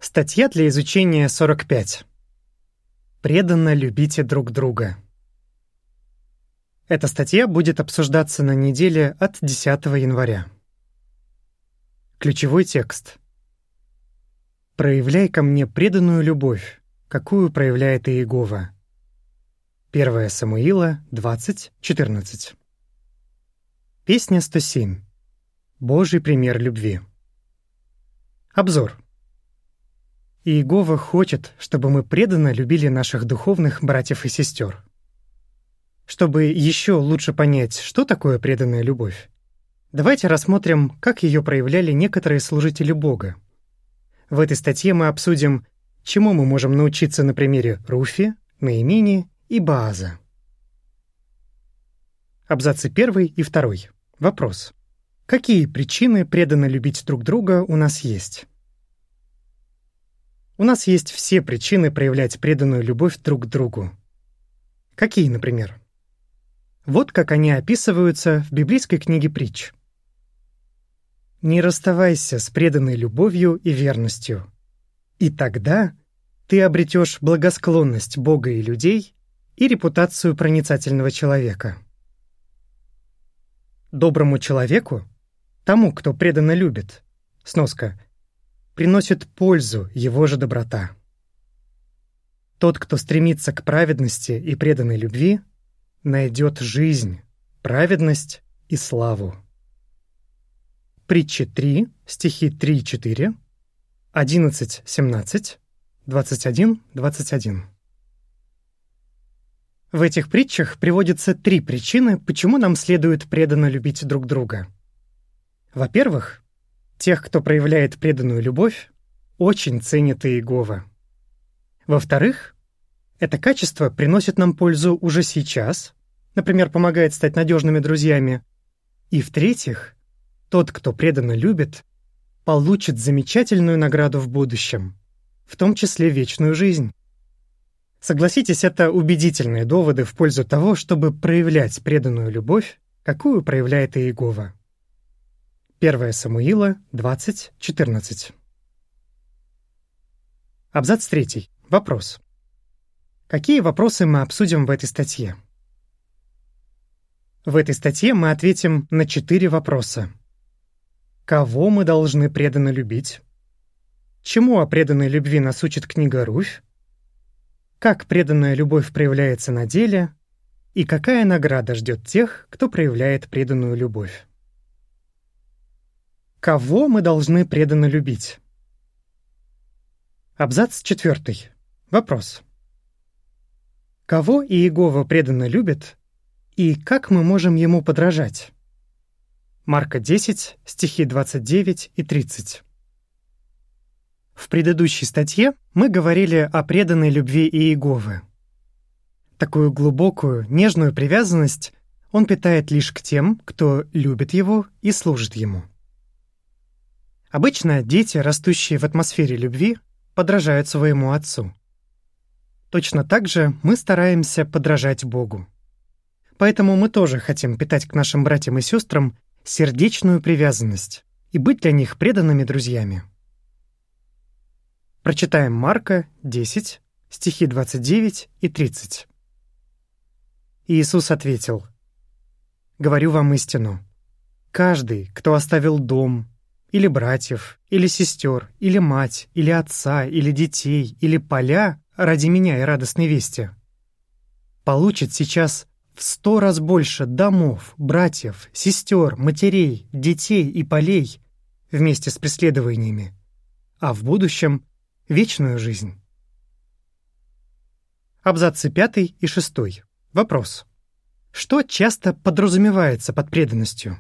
Статья для изучения 45. Преданно любите друг друга. Эта статья будет обсуждаться на неделе от 10 января. Ключевой текст. «Проявляй ко мне преданную любовь, какую проявляет Иегова». 1 Самуила 20:14. Песня 107. Божий пример любви. Обзор. Иегова хочет, чтобы мы преданно любили наших духовных братьев и сестер. Чтобы еще лучше понять, что такое преданная любовь, давайте рассмотрим, как ее проявляли некоторые служители Бога. В этой статье мы обсудим, чему мы можем научиться на примере Руфи, Наимини и Боаза. Абзацы 1 и 2. Вопрос. Какие причины преданно любить друг друга у нас есть? У нас есть все причины проявлять преданную любовь друг к другу. Какие, например? Вот как они описываются в библейской книге Притч. «Не расставайся с преданной любовью и верностью, и тогда ты обретешь благосклонность Бога и людей и репутацию проницательного человека». Доброму человеку, тому, кто преданно любит, сноска, приносит пользу его же доброта. Тот, кто стремится к праведности и преданной любви, найдет жизнь, праведность и славу. Притчи 3, стихи 3-4, 11-17, 21-21. В этих притчах приводятся 3 причины, почему нам следует преданно любить друг друга. Во-первых, тех, кто проявляет преданную любовь, очень ценит Иегова. Во-вторых, это качество приносит нам пользу уже сейчас, например, помогает стать надежными друзьями. И в-третьих, тот, кто преданно любит, получит замечательную награду в будущем, в том числе вечную жизнь. Согласитесь, это убедительные доводы в пользу того, чтобы проявлять преданную любовь, какую проявляет Иегова. 1 Самуила 20:14. Абзац 3. Вопрос. Какие вопросы мы обсудим в этой статье? В этой статье мы ответим на 4 вопроса. Кого мы должны преданно любить? Чему о преданной любви нас учит книга Руфь? Как преданная любовь проявляется на деле? И какая награда ждет тех, кто проявляет преданную любовь? Кого мы должны преданно любить? Абзац 4. Вопрос. Кого Иегова преданно любит, и как мы можем ему подражать? Марка 10, стихи 29 и 30. В предыдущей статье мы говорили о преданной любви Иеговы. Такую глубокую, нежную привязанность он питает лишь к тем, кто любит его и служит ему. Обычно дети, растущие в атмосфере любви, подражают своему отцу. Точно так же мы стараемся подражать Богу. Поэтому мы тоже хотим питать к нашим братьям и сестрам сердечную привязанность и быть для них преданными друзьями. Прочитаем Марка 10, стихи 29 и 30. Иисус ответил: «Говорю вам истину, каждый, кто оставил дом, или братьев, или сестер, или мать, или отца, или детей, или поля ради меня и радостной вести, получит сейчас в 100 раз больше домов, братьев, сестер, матерей, детей и полей вместе с преследованиями, а в будущем — вечную жизнь». Абзацы 5 и 6. Вопрос. Что часто подразумевается под преданностью?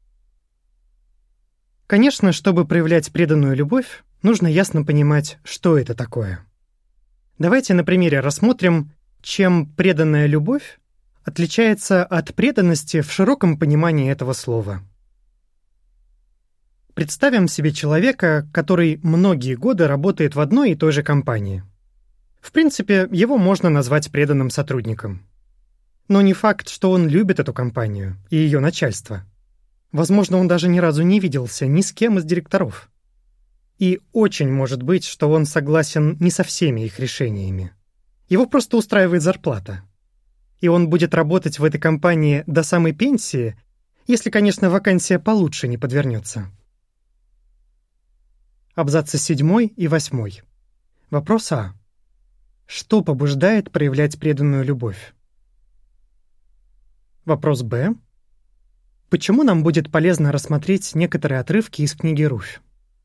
Конечно, чтобы проявлять преданную любовь, нужно ясно понимать, что это такое. Давайте на примере рассмотрим, чем преданная любовь отличается от преданности в широком понимании этого слова. Представим себе человека, который многие годы работает в одной и той же компании. В принципе, его можно назвать преданным сотрудником. Но не факт, что он любит эту компанию и ее начальство. Возможно, он даже ни разу не виделся ни с кем из директоров. И очень может быть, что он согласен не со всеми их решениями. Его просто устраивает зарплата. И он будет работать в этой компании до самой пенсии, если, конечно, вакансия получше не подвернется. Абзацы 7 и 8. Вопрос А. Что побуждает проявлять преданную любовь? Вопрос Б. Почему нам будет полезно рассмотреть некоторые отрывки из книги Руфь?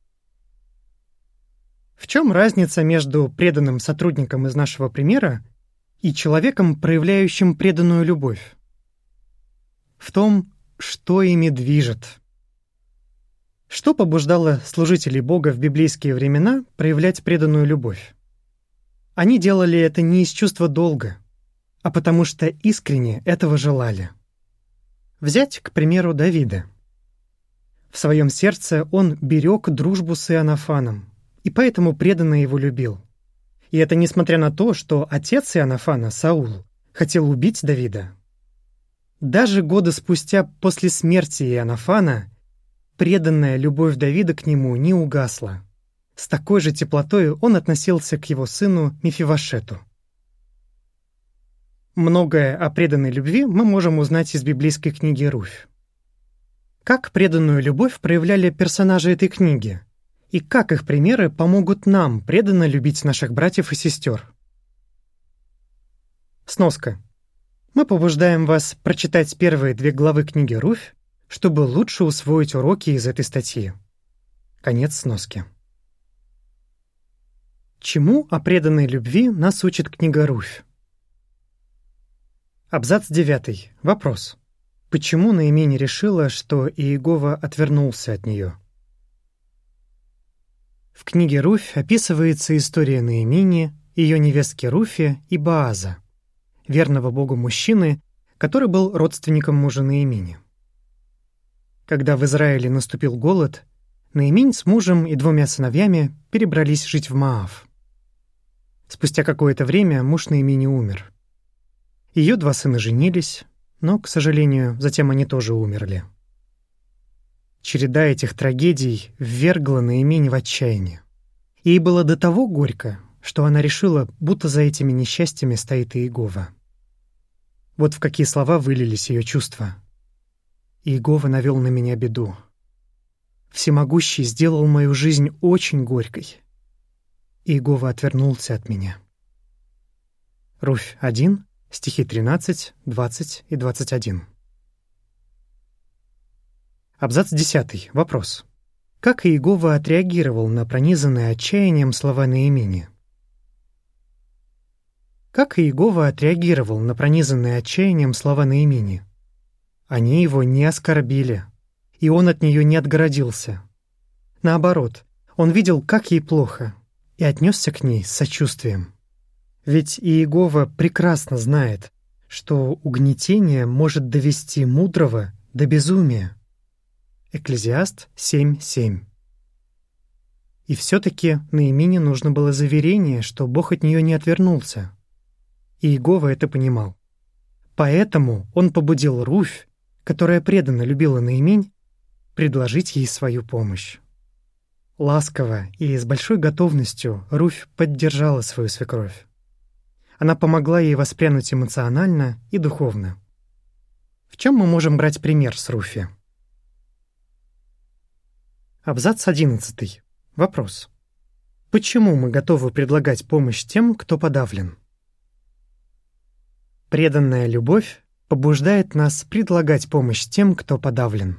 В чем разница между преданным сотрудником из нашего примера и человеком, проявляющим преданную любовь? В том, что ими движет. Что побуждало служителей Бога в библейские времена проявлять преданную любовь? Они делали это не из чувства долга, а потому что искренне этого желали. Взять, к примеру, Давида. В своем сердце он берег дружбу с Иоаннафаном, и поэтому преданно его любил. И это несмотря на то, что отец Иоаннафана, Саул, хотел убить Давида. Даже годы спустя после смерти Иоаннафана преданная любовь Давида к нему не угасла. С такой же теплотой он относился к его сыну Мефивошету. Многое о преданной любви мы можем узнать из библейской книги Руфь. Как преданную любовь проявляли персонажи этой книги? И как их примеры помогут нам преданно любить наших братьев и сестер? Сноска. Мы побуждаем вас прочитать первые 2 главы книги Руфь, чтобы лучше усвоить уроки из этой статьи. Конец сноски. Чему о преданной любви нас учит книга Руфь? Абзац 9. Вопрос. Почему Наимень решила, что Иегова отвернулся от нее? В книге Руфь описывается история Наимени, ее невестки Руфи и Боаза, верного Богу мужчины, который был родственником мужа Наимени. Когда в Израиле наступил голод, Наимень с мужем и 2 сыновьями перебрались жить в Моав. Спустя какое-то время муж Наимени умер. Ее 2 сына женились, но, к сожалению, затем они тоже умерли. Череда этих трагедий ввергла Наимень в отчаяние. Ей было до того горько, что она решила, будто за этими несчастьями стоит Иегова. Вот в какие слова вылились ее чувства. «Иегова навел на меня беду. Всемогущий сделал мою жизнь очень горькой. Иегова отвернулся от меня». Руфь 1, стихи 13, 20 и 21. Абзац 10. Вопрос. Как Иегова отреагировал на пронизанные отчаянием слова Наимени? Как Иегова отреагировал на пронизанные отчаянием слова Наимени? Они его не оскорбили, и он от нее не отгородился. Наоборот, он видел, как ей плохо, и отнесся к ней с сочувствием. Ведь Иегова прекрасно знает, что угнетение может довести мудрого до безумия. Экклезиаст 7:7. И все-таки Наимени нужно было заверение, что Бог от нее не отвернулся. И Иегова это понимал. Поэтому он побудил Руфь, которая преданно любила Наимень, предложить ей свою помощь. Ласково и с большой готовностью Руфь поддержала свою свекровь. Она помогла ей воспрянуть эмоционально и духовно. В чем мы можем брать пример с Руфи? Абзац 11. Вопрос. Почему мы готовы предлагать помощь тем, кто подавлен? Преданная любовь побуждает нас предлагать помощь тем, кто подавлен.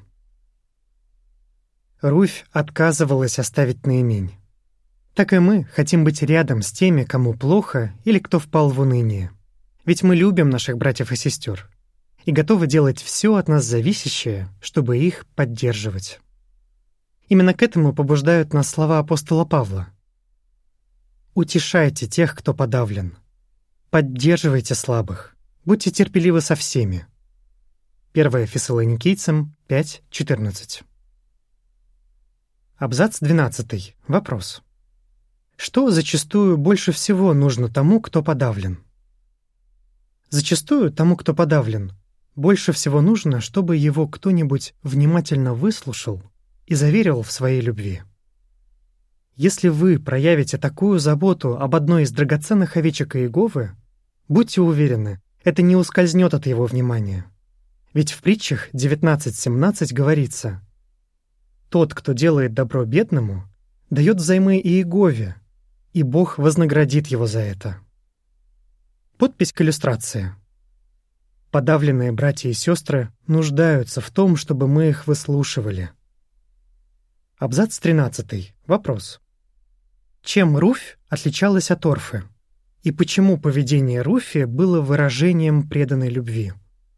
Руфь отказывалась оставить Наимень. Так и мы хотим быть рядом с теми, кому плохо или кто впал в уныние. Ведь мы любим наших братьев и сестер и готовы делать все от нас зависящее, чтобы их поддерживать. Именно к этому побуждают нас слова апостола Павла. «Утешайте тех, кто подавлен. Поддерживайте слабых. Будьте терпеливы со всеми». 1 Фессалоникийцам 5:14. Абзац 12. Вопрос. Что зачастую больше всего нужно тому, кто подавлен? Зачастую тому, кто подавлен, больше всего нужно, чтобы его кто-нибудь внимательно выслушал и заверил в своей любви. Если вы проявите такую заботу об одной из драгоценных овечек Иеговы, будьте уверены, это не ускользнет от его внимания. Ведь в притчах 19:17 говорится: «Тот, кто делает добро бедному, дает взаймы Иегове, и Бог вознаградит его за это». Подпись к иллюстрации. Подавленные братья и сестры нуждаются в том, чтобы мы их выслушивали. Абзац 13. Вопрос. Чем Руфь отличалась от Орфы? И почему поведение Руфи было выражением преданной любви?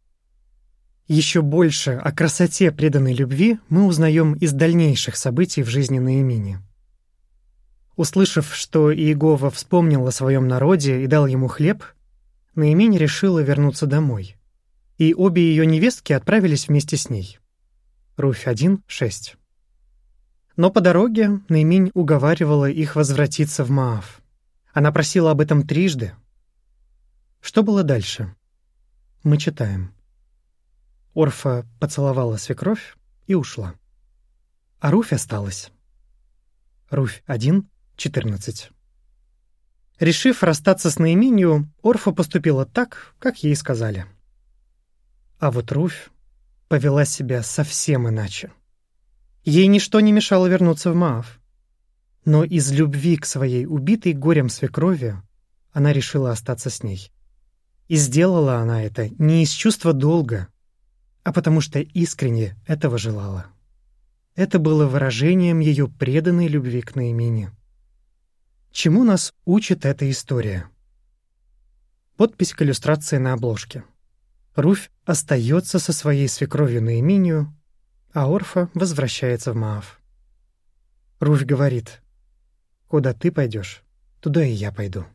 Еще больше о красоте преданной любви мы узнаем из дальнейших событий в жизни Наэмини. Услышав, что Иегова вспомнил о своем народе и дал ему хлеб, Наэмини решила вернуться домой, и обе ее невестки отправились вместе с ней. Руфь 1:6. Но по дороге Наэминь уговаривала их возвратиться в Моав. Она просила об этом трижды. Что было дальше? Мы читаем. Орфа поцеловала свекровь и ушла. А Руфь осталась. Руфь 1:14. Решив расстаться с Наэминью, Орфа поступила так, как ей сказали. А вот Руфь повела себя совсем иначе. Ей ничто не мешало вернуться в Моав. Но из любви к своей убитой горем свекрови она решила остаться с ней. И сделала она это не из чувства долга, а потому что искренне этого желала. Это было выражением ее преданной любви к Наэмине. Чему нас учит эта история? Подпись к иллюстрации на обложке. Руфь остается со своей свекровью Наэминью, а Орфа возвращается в Моав. Руфь говорит: «Куда ты пойдешь, туда и я пойду».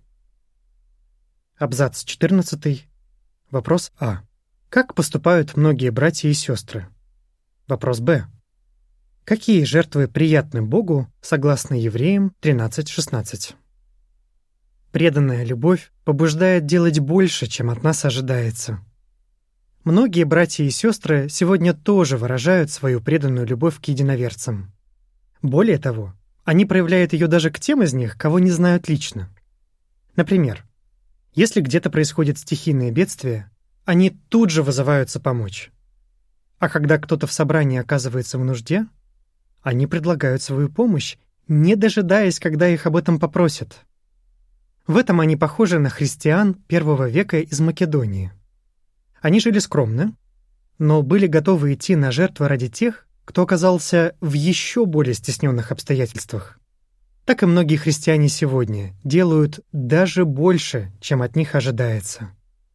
Абзац 14. Вопрос А. Как поступают многие братья и сестры? Вопрос Б. Какие жертвы приятны Богу, согласно Евреям 13:16? Преданная любовь побуждает делать больше, чем от нас ожидается. Многие братья и сестры сегодня тоже выражают свою преданную любовь к единоверцам. Более того, они проявляют ее даже к тем из них, кого не знают лично. Например, если где-то происходит стихийное бедствие, они тут же вызываются помочь. А когда кто-то в собрании оказывается в нужде, они предлагают свою помощь, не дожидаясь, когда их об этом попросят. В этом они похожи на христиан первого века из Македонии. Они жили скромно, но были готовы идти на жертвы ради тех, кто оказался в еще более стесненных обстоятельствах. Так и многие христиане сегодня делают даже больше, чем от них ожидается.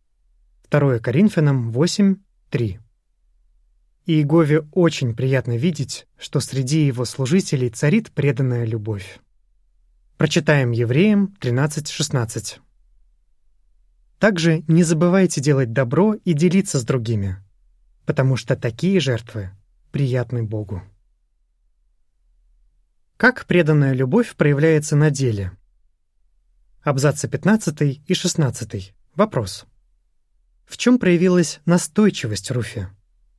2 Коринфянам 8:3. Иегове очень приятно видеть, что среди его служителей царит преданная любовь. Прочитаем Евреям 13:16. Также не забывайте делать добро и делиться с другими, потому что такие жертвы приятны Богу. Как преданная любовь проявляется на деле? Абзацы 15 и 16. Вопрос. В чем проявилась настойчивость Руфи?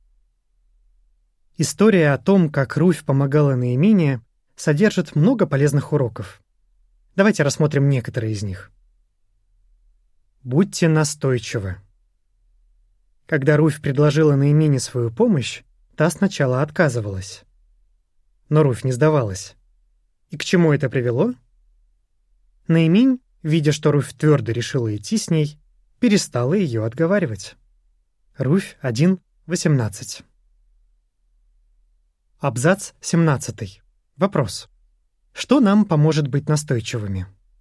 История о том, как Руфь помогала Наэмине, содержит много полезных уроков. Давайте рассмотрим некоторые из них. Будьте настойчивы. Когда Руфь предложила Наэмине свою помощь, та сначала отказывалась. Но Руфь не сдавалась. И к чему это привело? Наэминь, видя, что Руфь твердо решила идти с ней, перестала ее отговаривать. Руфь 1:18. Абзац 17. Вопрос. Что нам поможет быть настойчивыми?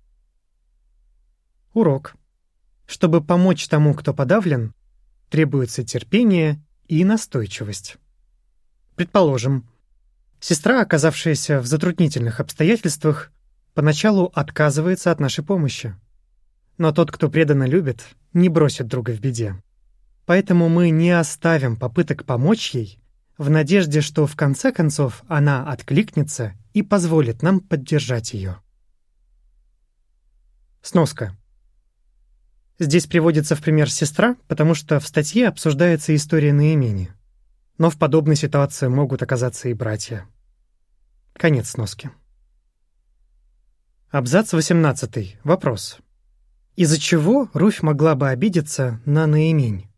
Урок. Чтобы помочь тому, кто подавлен, требуется терпение и настойчивость. Предположим, сестра, оказавшаяся в затруднительных обстоятельствах, поначалу отказывается от нашей помощи. Но тот, кто преданно любит, не бросит друга в беде. Поэтому мы не оставим попыток помочь ей, в надежде, что в конце концов она откликнется и позволит нам поддержать ее. Сноска. Здесь приводится в пример сестра, потому что в статье обсуждается история Наэмини. Но в подобной ситуации могут оказаться и братья. Конец сноски. Абзац 18. Вопрос. Из-за чего Руфь могла бы обидеться на Наимень?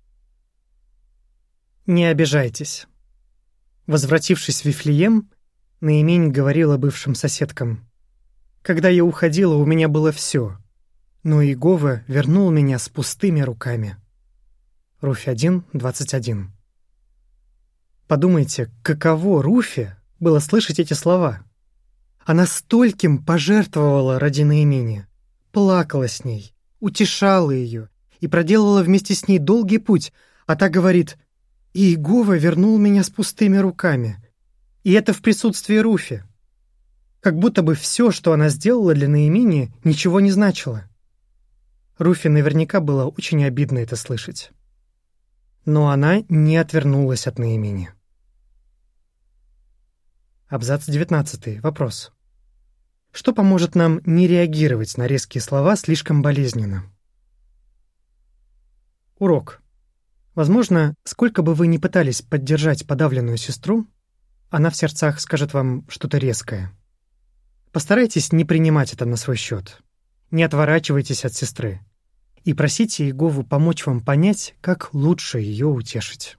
Не обижайтесь. Возвратившись в Вифлеем, Наимень говорила бывшим соседкам: «Когда я уходила, у меня было все, но Иегова вернул меня с пустыми руками». Руфь 1:21. Подумайте, каково Руфе было слышать эти слова. Она стольким пожертвовала ради Наимени, плакала с ней, утешала ее и проделала вместе с ней долгий путь, а та говорит: «Иегова вернул меня с пустыми руками». И это в присутствии Руфи. Как будто бы все, что она сделала для Наимени, ничего не значило. Руфи наверняка было очень обидно это слышать. Но она не отвернулась от Наимени. Абзац 19. Вопрос. Что поможет нам не реагировать на резкие слова слишком болезненно? Урок. Возможно, сколько бы вы ни пытались поддержать подавленную сестру, она в сердцах скажет вам что-то резкое. Постарайтесь не принимать это на свой счет. Не отворачивайтесь от сестры. И просите Иегову помочь вам понять, как лучше ее утешить.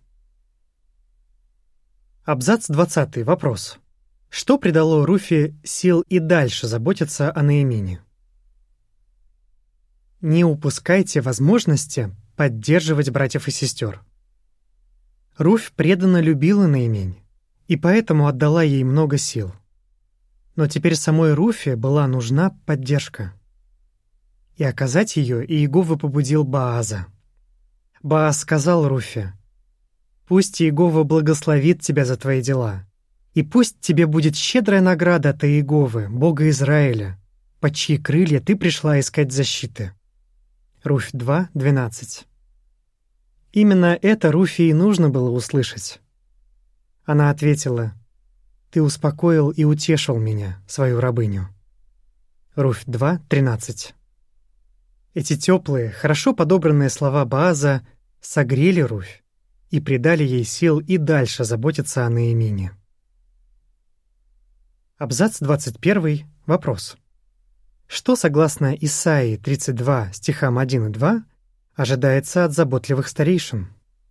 Абзац 20. Вопрос. Что придало Руфи сил и дальше заботиться о Наимени? Не упускайте возможности поддерживать братьев и сестер. Руфь преданно любила Наимень, и поэтому отдала ей много сил. Но теперь самой Руфе была нужна поддержка. И оказать ее Иегова побудил Боаза. Боаз сказал Руфе: «Пусть Иегова благословит тебя за твои дела, и пусть тебе будет щедрая награда от Иеговы, Бога Израиля, под чьи крылья ты пришла искать защиты». Руфь 2:12. Именно это Руфе и нужно было услышать. Она ответила: «Ты успокоил и утешил меня, свою рабыню». Руфь 2:13. Эти теплые, хорошо подобранные слова Боаза согрели Руфь и придали ей сил и дальше заботиться о Наимине. Абзац 21. Вопрос. Что, согласно Исаии 32, стихам 1 и 2, ожидается от заботливых старейшин?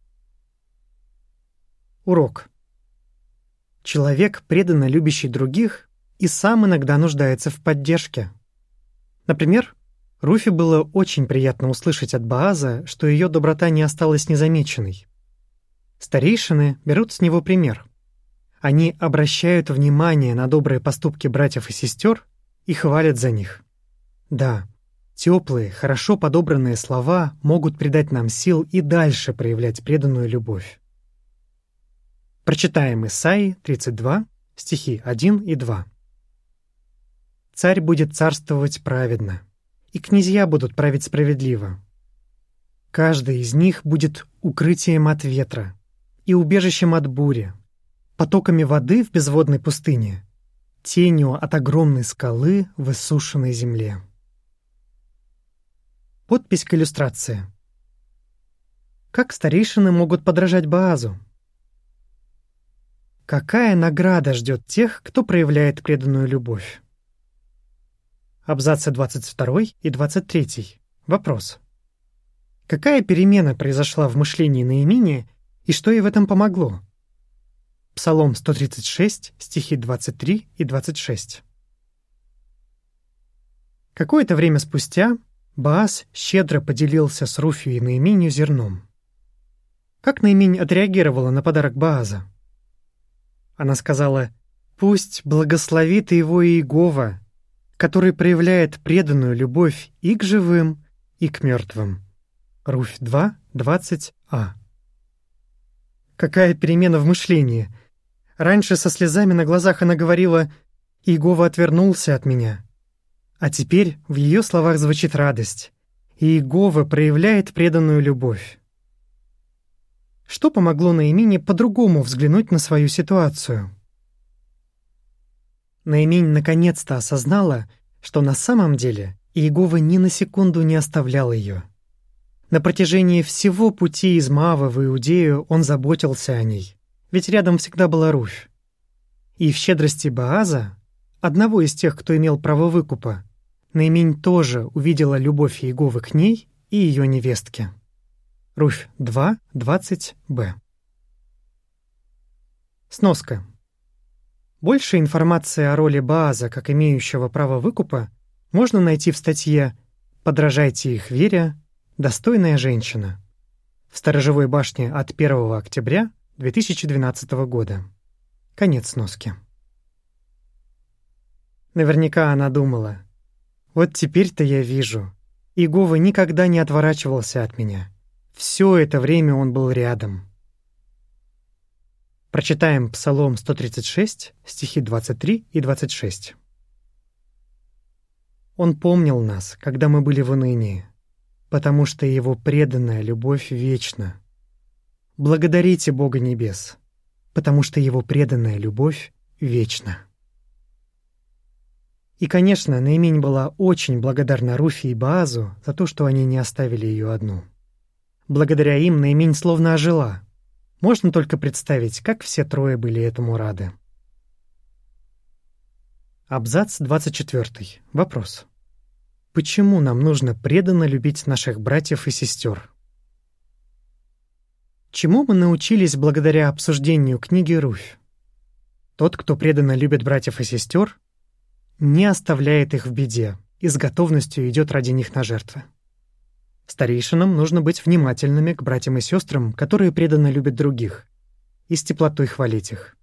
Урок. Человек, преданно любящий других, и сам иногда нуждается в поддержке. Например, Руфе было очень приятно услышать от Боаза, что ее доброта не осталась незамеченной. Старейшины берут с него пример. Они обращают внимание на добрые поступки братьев и сестер и хвалят за них. Да, теплые, хорошо подобранные слова могут придать нам сил и дальше проявлять преданную любовь. Прочитаем Исаии 32, стихи 1 и 2. «Царь будет царствовать праведно, и князья будут править справедливо. Каждый из них будет укрытием от ветра и убежищем от бури, потоками воды в безводной пустыне, тенью от огромной скалы в иссушенной земле». Подпись к иллюстрации. Как старейшины могут подражать Боазу? Какая награда ждет тех, кто проявляет преданную любовь? Абзацы 22 и 23. Вопрос. Какая перемена произошла в мышлении Наимени и что ей в этом помогло? Псалом 136, стихи 23 и 26. Какое-то время спустя Боаз щедро поделился с Руфью и Наименью зерном. Как Наимень отреагировала на подарок Боаза? Она сказала: «Пусть благословит его Иегова, который проявляет преданную любовь и к живым, и к мертвым». Руфь 2:20а. Какая перемена в мышлении! Раньше со слезами на глазах она говорила: «Иегова отвернулся от меня». А теперь в ее словах звучит радость. Иегова проявляет преданную любовь. Что помогло Наимени по-другому взглянуть на свою ситуацию? Наимень наконец-то осознала, что на самом деле Иегова ни на секунду не оставлял ее. На протяжении всего пути из Моава в Иудею он заботился о ней, ведь рядом всегда была Руфь. И в щедрости Боаза одного из тех, кто имел право выкупа, Наимень тоже увидела любовь Иеговы к ней и ее невестке. Руфь 2:20б. Сноска. Больше информации о роли Боаза как имеющего право выкупа можно найти в статье «Подражайте их вере. Достойная женщина» в «Сторожевой башне» от 1 октября 2012 года. Конец сноски. Наверняка она думала: вот теперь-то я вижу, Иегова никогда не отворачивался от меня. Все это время он был рядом. Прочитаем Псалом 136, стихи 23 и 26. «Он помнил нас, когда мы были в унынии, потому что Его преданная любовь вечна. Благодарите Бога небес, потому что Его преданная любовь вечна». И, конечно, Наимень была очень благодарна Руфе и Боазу за то, что они не оставили ее одну. Благодаря им Наимень словно ожила. Можно только представить, как все трое были этому рады. Абзац 24. Вопрос. Почему нам нужно преданно любить наших братьев и сестер? Чему мы научились благодаря обсуждению книги Руфь? Тот, кто преданно любит братьев и сестер, не оставляет их в беде и с готовностью идет ради них на жертвы. Старейшинам нужно быть внимательными к братьям и сестрам, которые преданно любят других, и с теплотой хвалить их.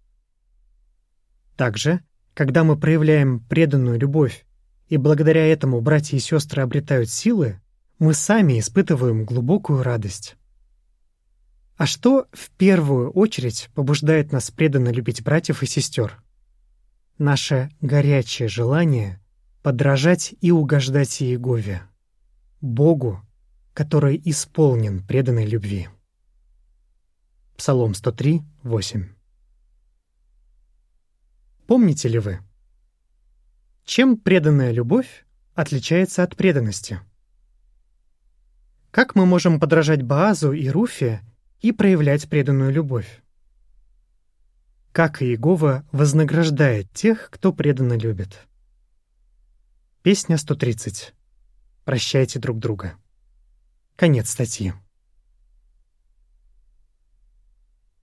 Также, когда мы проявляем преданную любовь, и благодаря этому братья и сестры обретают силы, мы сами испытываем глубокую радость. А что в первую очередь побуждает нас преданно любить братьев и сестер? Наше горячее желание подражать и угождать Иегове, Богу, который исполнен преданной любви. Псалом 103, 8. Помните ли вы, чем преданная любовь отличается от преданности? Как мы можем подражать Боазу и Руфе и проявлять преданную любовь? Как Иегова вознаграждает тех, кто преданно любит? Песня 130. Прощайте друг друга. Конец статьи.